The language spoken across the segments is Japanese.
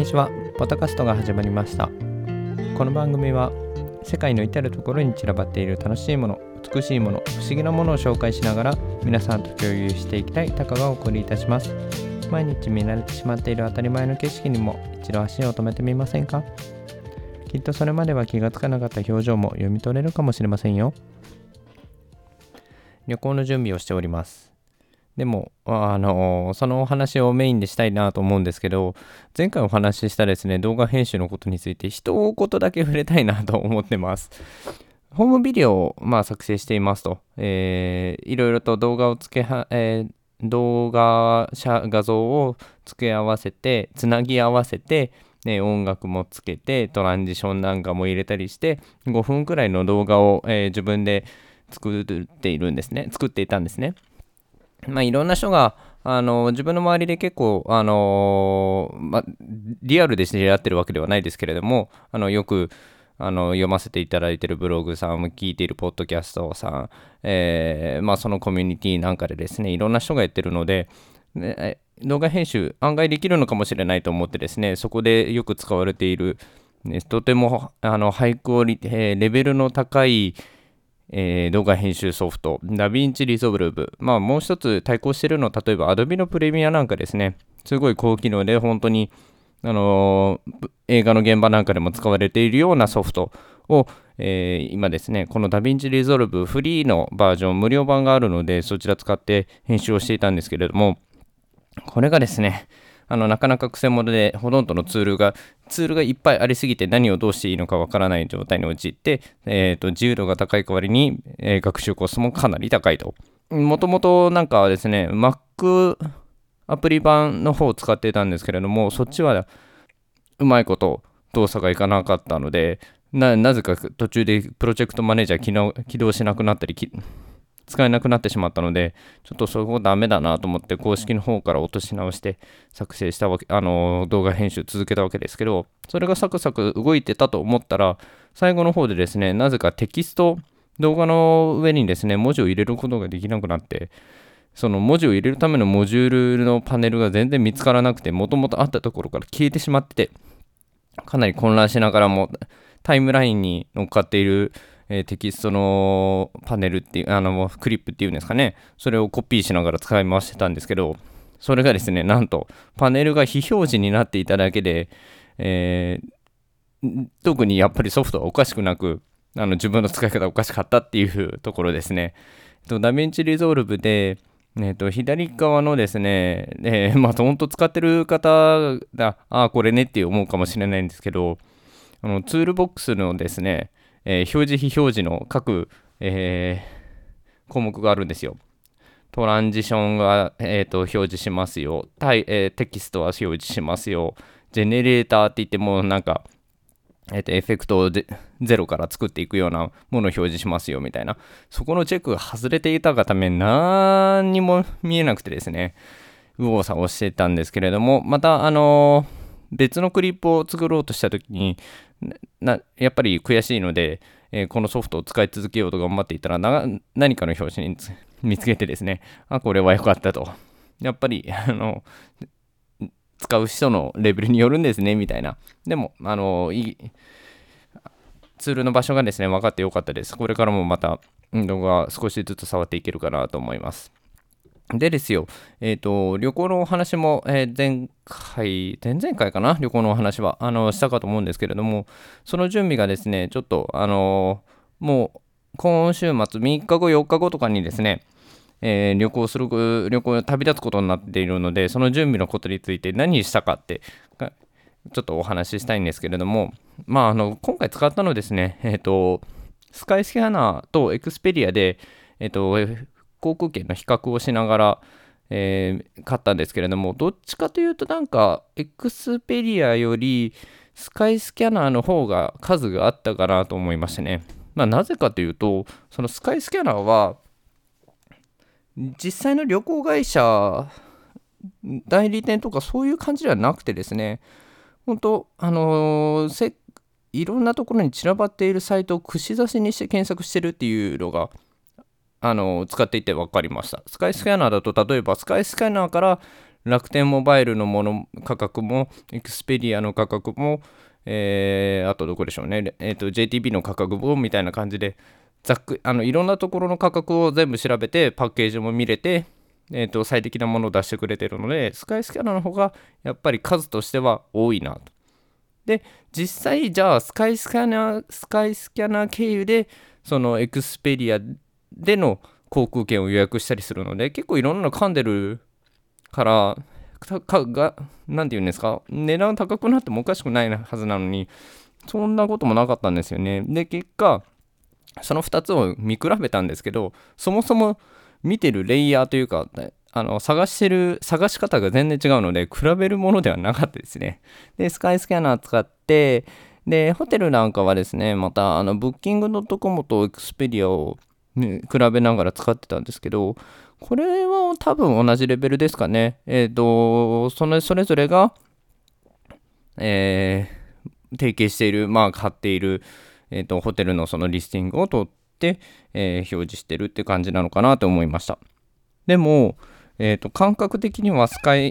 にちは。ポタカストが始まりました。この番組は世界の至るところに散らばっている楽しいもの、美しいもの、不思議なものを紹介しながら皆さんと共有していきたいタカがお送りいたします。毎日見慣れてしまっている当たり前の景色にも一度足を止めてみませんか？きっとそれまでは気がつかなかった表情も読み取れるかもしれませんよ。旅行の準備をしております。でもそのお話をメインでしたいなと思うんですけど、前回お話ししたですね、動画編集のことについて一言だけ触れたいなと思ってます。ホームビデオを作成していますと、いろいろと動画を動画画像を付け合わせてつなぎ合わせて、音楽もつけてトランジションなんかも入れたりして5分くらいの動画を、自分で作っていたんですね。いろんな人が自分の周りで結構リアルで知り合ってるわけではないですけれども、よく読ませていただいているブログさん、聞いているポッドキャストさん、そのコミュニティなんかでですね、いろんな人がやってるので、動画編集案外できるのかもしれないと思ってですね、そこでよく使われている、とてもハイクオリティ、レベルの高い動画編集ソフト、ダヴィンチリゾルブ。もう一つ対抗しているのは、例えば Adobe のプレミアなんかですね、すごい高機能で本当に、映画の現場なんかでも使われているようなソフトを、今ですね、このダヴィンチリゾルブフリーのバージョン、無料版があるので、そちら使って編集をしていたんですけれども、これがですね、なかなか癖者で、ほとんどのツールがいっぱいありすぎて何をどうしていいのかわからない状態に陥って、自由度が高い代わりに、学習コストもかなり高いと。もともとなんかですね、Mac アプリ版の方を使っていたんですけれども、そっちはうまいこと動作がいかなかったので、なぜか途中でプロジェクトマネージャー起動しなくなったり、使えなくなってしまったので、ちょっとそこダメだなと思って公式の方から落とし直して作成した動画編集続けたわけですけど、それがサクサク動いてたと思ったら、最後の方でですね、なぜか動画の上にですね、文字を入れることができなくなって、その文字を入れるためのモジュールのパネルが全然見つからなくて、もともとあったところから消えてしまってて、かなり混乱しながらもタイムラインに乗っかっているテキストのパネルっていうクリップっていうんですかね、それをコピーしながら使い回してたんですけど、それがですね、なんとパネルが非表示になっていただけで、特にやっぱりソフトはおかしくなく、自分の使い方おかしかったっていうところですね。ダヴィンチリゾルブで左側のですね、本当使ってる方がこれねって思うかもしれないんですけど、ツールボックスのですね、表示非表示の各、項目があるんですよ。トランジションが、表示しますよ。テキストは表示しますよ。ジェネレーターって言ってもなんか、エフェクトをゼロから作っていくようなものを表示しますよみたいな。そこのチェックが外れていたがため何にも見えなくてですね、右往左往してたんですけれども、また別のクリップを作ろうとしたときにやっぱり悔しいので、このソフトを使い続けようと頑張っていたら何かの表紙に見つけてですね、これは良かったと。やっぱり使う人のレベルによるんですねみたいな。でもいいツールの場所がですね分かってよかったです。これからもまた動画少しずつ触っていけるかなと思います。でですよ、旅行のお話も、前々回かな、旅行のお話はしたかと思うんですけれども、その準備がですね、ちょっともう今週末3日後4日後とかにですね、旅行旅立つことになっているので、その準備のことについて何したかってちょっとお話ししたいんですけれども、今回使ったのですね、スカイスキャナーとエクスペリアで航空券の比較をしながら、買ったんですけれども、どっちかというとなんかエクスペリアよりスカイスキャナーの方が数があったかなと思いましたね。なぜかというと、そのスカイスキャナーは実際の旅行会社代理店とかそういう感じではなくてですね、本当いろんなところに散らばっているサイトを串刺しにして検索してるっていうのが使っていて分かりました。スカイスキャナーだと、例えばスカイスキャナーから楽天モバイルのもの価格も、エクスペリアの価格も、あとどこでしょうね、JTB の価格もみたいな感じで、いろんなところの価格を全部調べて、パッケージも見れて、最適なものを出してくれてるので、スカイスキャナーの方がやっぱり数としては多いなと。で、実際、じゃあスカイスキャナー経由で、そのエクスペリアでの航空券を予約したりするので、結構いろんなの噛んでるから、なんていうんですか、値段高くなってもおかしくないはずなのに、そんなこともなかったんですよね。で、結果、その2つを見比べたんですけど、そもそも見てるレイヤーというか、探し方が全然違うので、比べるものではなかったですね。で、スカイスキャナー使って、で、ホテルなんかはですね、また、ブッキングドットコムとエクスペリアを、ね、比べながら使ってたんですけど、これは多分同じレベルですかね。それぞれが、提携している、買っている、ホテルのそのリスティングを取って、表示してるって感じなのかなと思いました。でも、感覚的には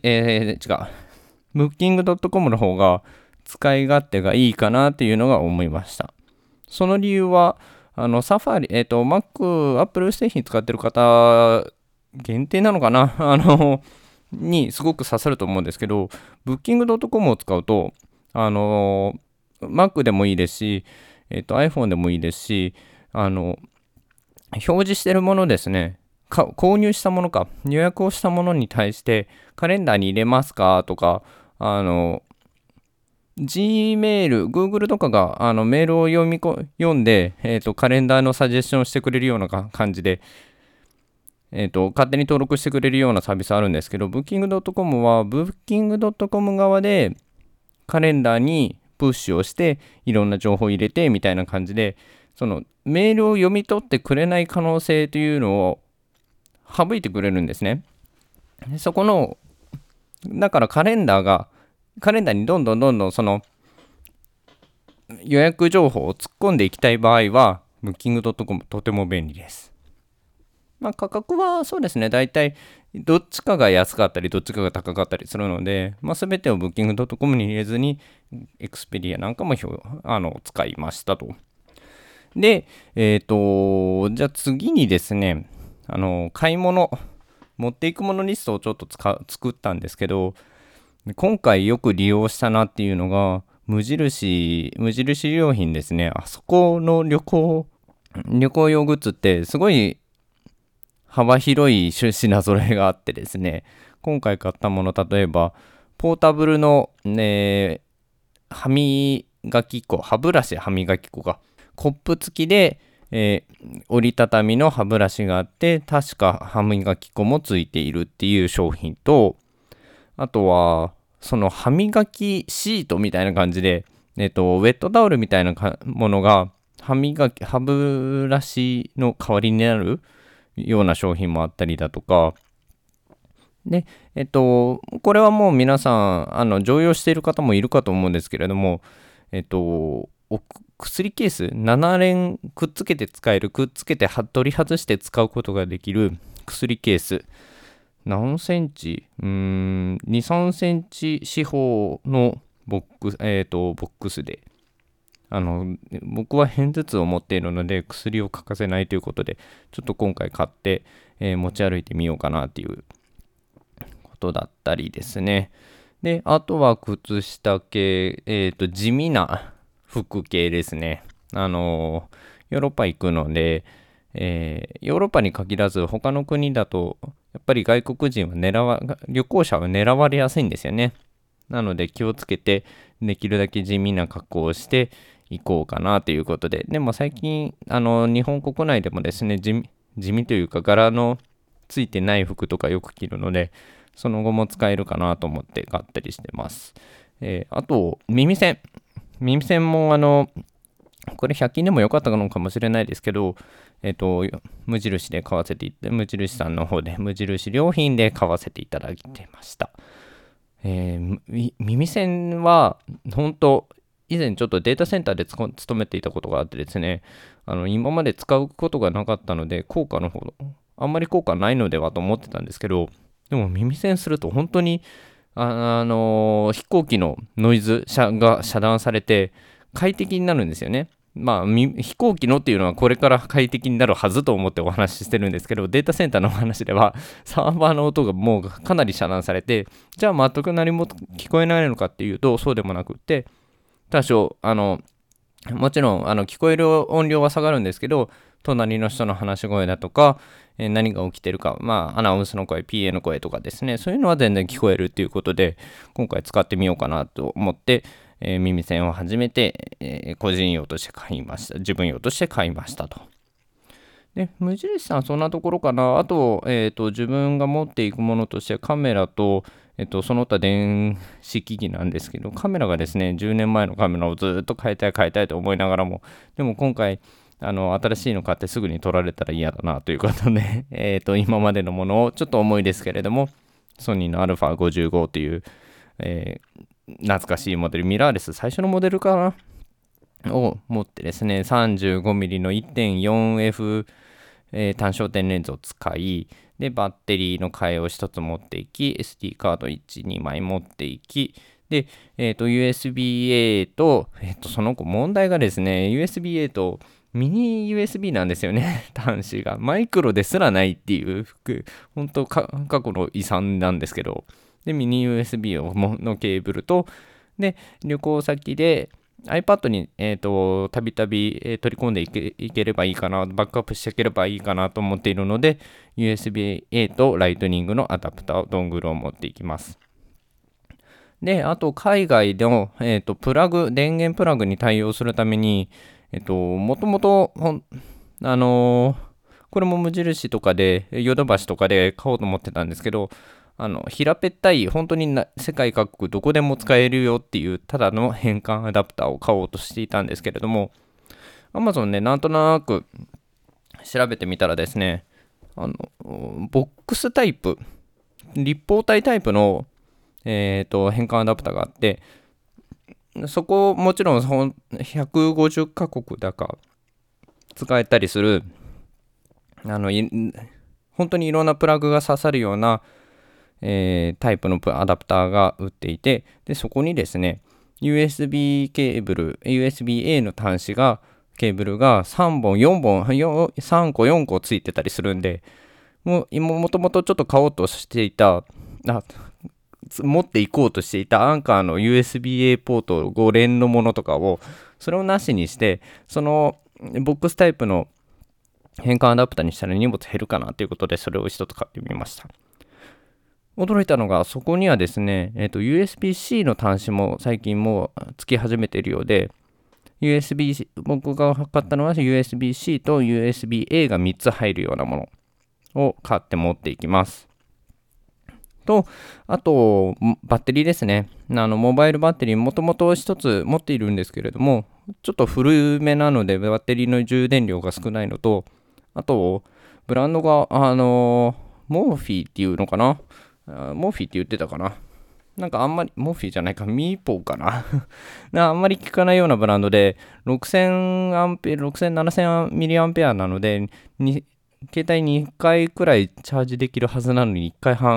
ブッキングドットコムの方が使い勝手がいいかなっていうのが思いました。その理由は、サファリ、Mac、Apple 製品使ってる方限定なのかなにすごく刺さると思うんですけど、ブッキングドットコムを使うと、Mac でもいいですし、iPhone でもいいですし、表示してるものですね、購入したものか、予約をしたものに対して、カレンダーに入れますかとか、Gmail、Google とかがメールを読んで、カレンダーのサジェスションしてくれるような感じで、勝手に登録してくれるようなサービスあるんですけど、Booking.com は Booking.com 側でカレンダーにプッシュをしていろんな情報を入れてみたいな感じで、そのメールを読み取ってくれない可能性というのを省いてくれるんですね。そこの、だからカレンダーにどんどんその予約情報を突っ込んでいきたい場合は、Booking.com とても便利です。価格はそうですね、だいたいどっちかが安かったり、どっちかが高かったりするので、全てを Booking.com に入れずに、Expedia なんかも使いましたと。で、じゃあ次にですね、買い物、持っていくものリストをちょっと作ったんですけど、今回よく利用したなっていうのが、無印良品ですね。あそこの旅行用グッズってすごい幅広い品揃えがあってですね、今回買ったもの、例えば、ポータブルの、歯ブラシ歯磨き粉が、コップ付きで、折りたたみの歯ブラシがあって、確か歯磨き粉もついているっていう商品と、あとは、その歯磨きシートみたいな感じで、ウェットタオルみたいなものが、歯ブラシの代わりになるような商品もあったりだとか、で、これはもう皆さん、常用している方もいるかと思うんですけれども、薬ケース、7連くっつけて使える、くっつけて取り外して使うことができる薬ケース、何センチ2、3センチ四方のボックスで、僕は片頭痛を持っているので薬を欠かせないということで、ちょっと今回買って、持ち歩いてみようかなっていうことだったりですね。で、あとは靴下系、地味な服系ですね。ヨーロッパ行くので、ヨーロッパに限らず他の国だとやっぱり外国人は旅行者は狙われやすいんですよね。なので気をつけてできるだけ地味な格好をしていこうかなということで、でも最近日本国内でもですね、地味というか柄のついてない服とかよく着るので、その後も使えるかなと思って買ったりしてます。あと耳栓もこれ100均でも良かったのかもしれないですけど、無印で買わせて無印さんの方で無印良品で買わせていただいてました。耳栓は本当以前ちょっとデータセンターで勤めていたことがあってですね、今まで使うことがなかったのであんまり効果ないのではと思ってたんですけど、 でも耳栓すると本当に飛行機のノイズが遮断されて快適になるんですよね。飛行機のっていうのはこれから快適になるはずと思ってお話ししてるんですけど、データセンターの話ではサーバーの音がもうかなり遮断されて、じゃあ全く何も聞こえないのかっていうとそうでもなくって、多少もちろん聞こえる音量は下がるんですけど、隣の人の話し声だとか、何が起きてるか、アナウンスの声、PA の声とかですね、そういうのは全然聞こえるっていうことで、今回使ってみようかなと思って、耳栓を始めて、個人用として買いました。自分用として買いましたと。で、無印さんそんなところかな。あと、自分が持っていくものとしてカメラと、その他電子機器なんですけど、カメラがですね、10年前のカメラをずっと変えたいと思いながらも、でも今回、新しいの買ってすぐに撮られたら嫌だなということで、今までのものをちょっと重いですけれども、ソニーの α55 という、懐かしいモデル、ミラーレス最初のモデルかなを持ってですね、35mm の 1.4F、単焦点レンズを使い、で、バッテリーの替えを1つ持っていき、SD カード1、2枚持っていき、で、USB-A と、その子問題がですね、USB-A とミニ USB なんですよね、端子が。マイクロですらないっていう、本当過去の遺産なんですけど、で、ミニ USB のケーブルと、で、旅行先で iPad に、たびたび取り込んでいければいいかな、バックアップしていければいいかなと思っているので、USB-A とライトニングのアダプター、ドングルを持っていきます。で、あと、海外の、電源プラグに対応するために、もともと、これも無印とかで、ヨドバシとかで買おうと思ってたんですけど、平べったい、本当に世界各国どこでも使えるよっていう、ただの変換アダプターを買おうとしていたんですけれども、Amazon ね、なんとなく調べてみたらですね、ボックスタイプ、立方体タイプの、変換アダプターがあって、そこもちろん150カ国だか使えたりする、本当にいろんなプラグが刺さるような、タイプのアダプターが売っていて、でそこにですね USB ケーブル USB-A の端子がケーブルが3本4本3個4個ついてたりするんで、もともとちょっと買おうとしていた持っていこうとしていたアンカーの USB-A ポート5連のものとかをそれをなしにして、そのボックスタイプの変換アダプターにしたら荷物減るかなということで、それを一つ買ってみました。驚いたのが、そこにはですね、USB-C の端子も最近もうつき始めているようで、僕が買ったのは USB-C と USB-A が3つ入るようなものを買って持っていきます。と、あと、バッテリーですね。モバイルバッテリーもともと1つ持っているんですけれども、ちょっと古めなのでバッテリーの充電量が少ないのと、あと、ブランドが、モーフィーっていうのかな、モーフィーって言ってたかな、なんかあんまり、モーフィーじゃないか、ミーポーかなあんまり効かないようなブランドで、6000アンペア、7000ミリアンペアなので、携帯に1回くらいチャージできるはずなのに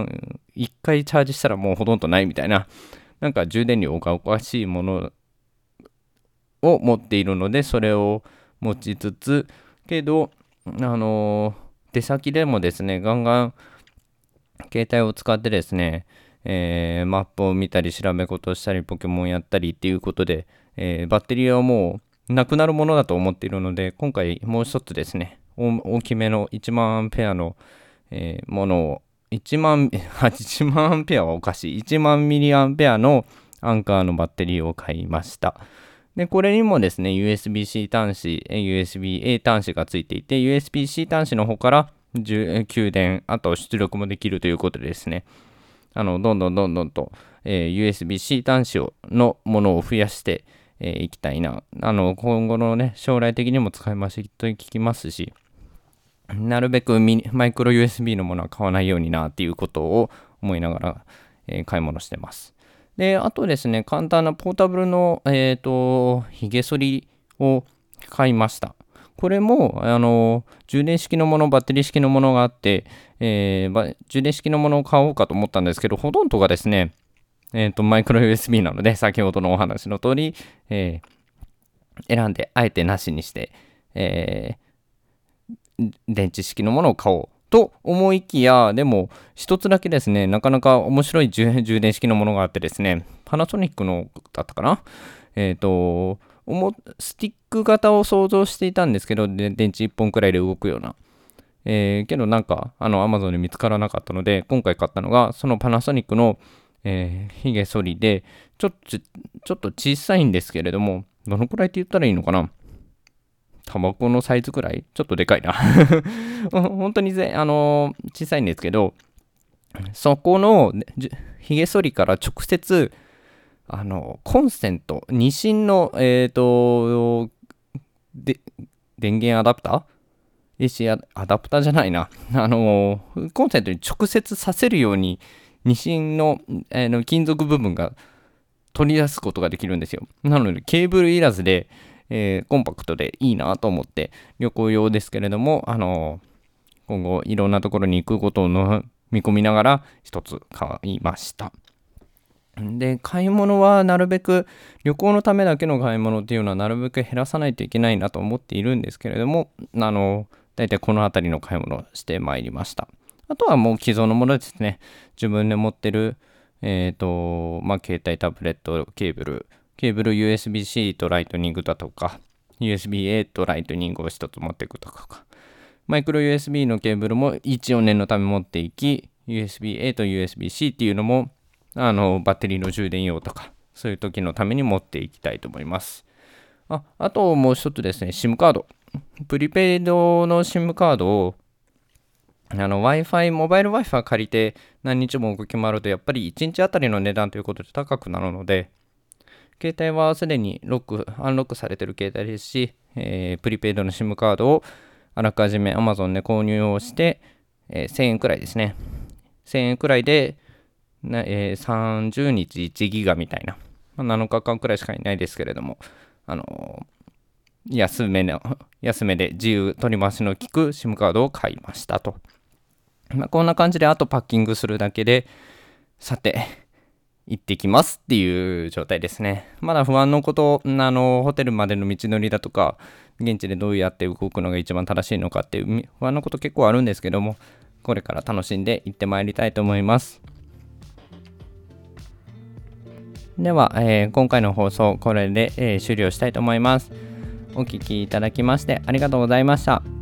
1回チャージしたらもうほとんどないみたいな、なんか充電量がおかしいものを持っているので、それを持ちつつ、けど、出先でもですね、ガンガン携帯を使ってですね、マップを見たり調べ事をしたりポケモンやったりっていうことで、バッテリーはもうなくなるものだと思っているので、今回もう一つですね、大きめの1万アンペアの、ものを1万アンペアはおかしい、1万ミリアンペアのアンカーのバッテリーを買いました。で、これにもですね、USB-C 端子、USB-A 端子がついていて、USB-C 端子の方から給電、あと出力もできるということでですね、どんどんと、USB-C 端子のものを増やしていきたいな。今後のね、将来的にも使い回しと聞きますし、なるべくマイクロ USB のものは買わないようになっていうことを思いながら、買い物してます。で、あとですね、簡単なポータブルの、髭剃りを買いました。 これも充電式のもの、バッテリー式のものがあって、充電式のものを買おうかと思ったんですけど、ほとんどがですね、マイクロ USB なので、先ほどのお話の通り、選んで、あえてなしにして、電池式のものを買おうと思いきや、でも一つだけですね、なかなか面白い充電式のものがあってですね、パナソニックのだったかな、スティック型を想像していたんですけど、電池1本くらいで動くような。けどなんか、Amazon で見つからなかったので、今回買ったのが、そのパナソニックの、ヒゲ剃りで、ちょっと小さいんですけれども、どのくらいって言ったらいいのかな、タバコのサイズくらいちょっとでかいな。本当に小さいんですけど、そこのヒゲ剃りから直接、コンセント、2芯の、電源アダプターAC アダプターじゃないな。コンセントに直接させるように、2芯の、金属部分が取り出すことができるんですよ。なので、ケーブルいらずで、コンパクトでいいなと思って、旅行用ですけれども、今後いろんなところに行くことを見込みながら一つ買いました。で、買い物はなるべく、旅行のためだけの買い物っていうのはなるべく減らさないといけないなと思っているんですけれども、だいたいこの辺りの買い物をしてまいりました。あとはもう既存のものですね。自分で持ってる、携帯、タブレット、ケーブル USB-C とライトニングだとか、USB-A とライトニングを一つ持っていくとか、マイクロ USB のケーブルも一応念のため持っていき、USB-A と USB-C っていうのも、バッテリーの充電用とか、そういう時のために持っていきたいと思います。あともう一つですね、SIM カード。プリペイドの SIM カードを、Wi-Fi、モバイル Wi-Fi 借りて何日も動き回ると、やっぱり1日あたりの値段ということで高くなるので、携帯はすでにアンロックされている携帯ですし、プリペイドの SIM カードをあらかじめ Amazon で購入をして、1000円くらいですね。1000円くらいで、30日1ギガみたいな、7日間くらいしかいないですけれども、安めで自由取り回しの効く SIM カードを買いましたと。こんな感じであとパッキングするだけで、さて、行ってきますっていう状態ですね。まだ不安のこと、ホテルまでの道のりだとか、現地でどうやって動くのが一番正しいのかっていう不安のこと結構あるんですけども、これから楽しんで行ってまいりたいと思います。では、今回の放送これで、終了したいと思います。お聞きいただきましてありがとうございました。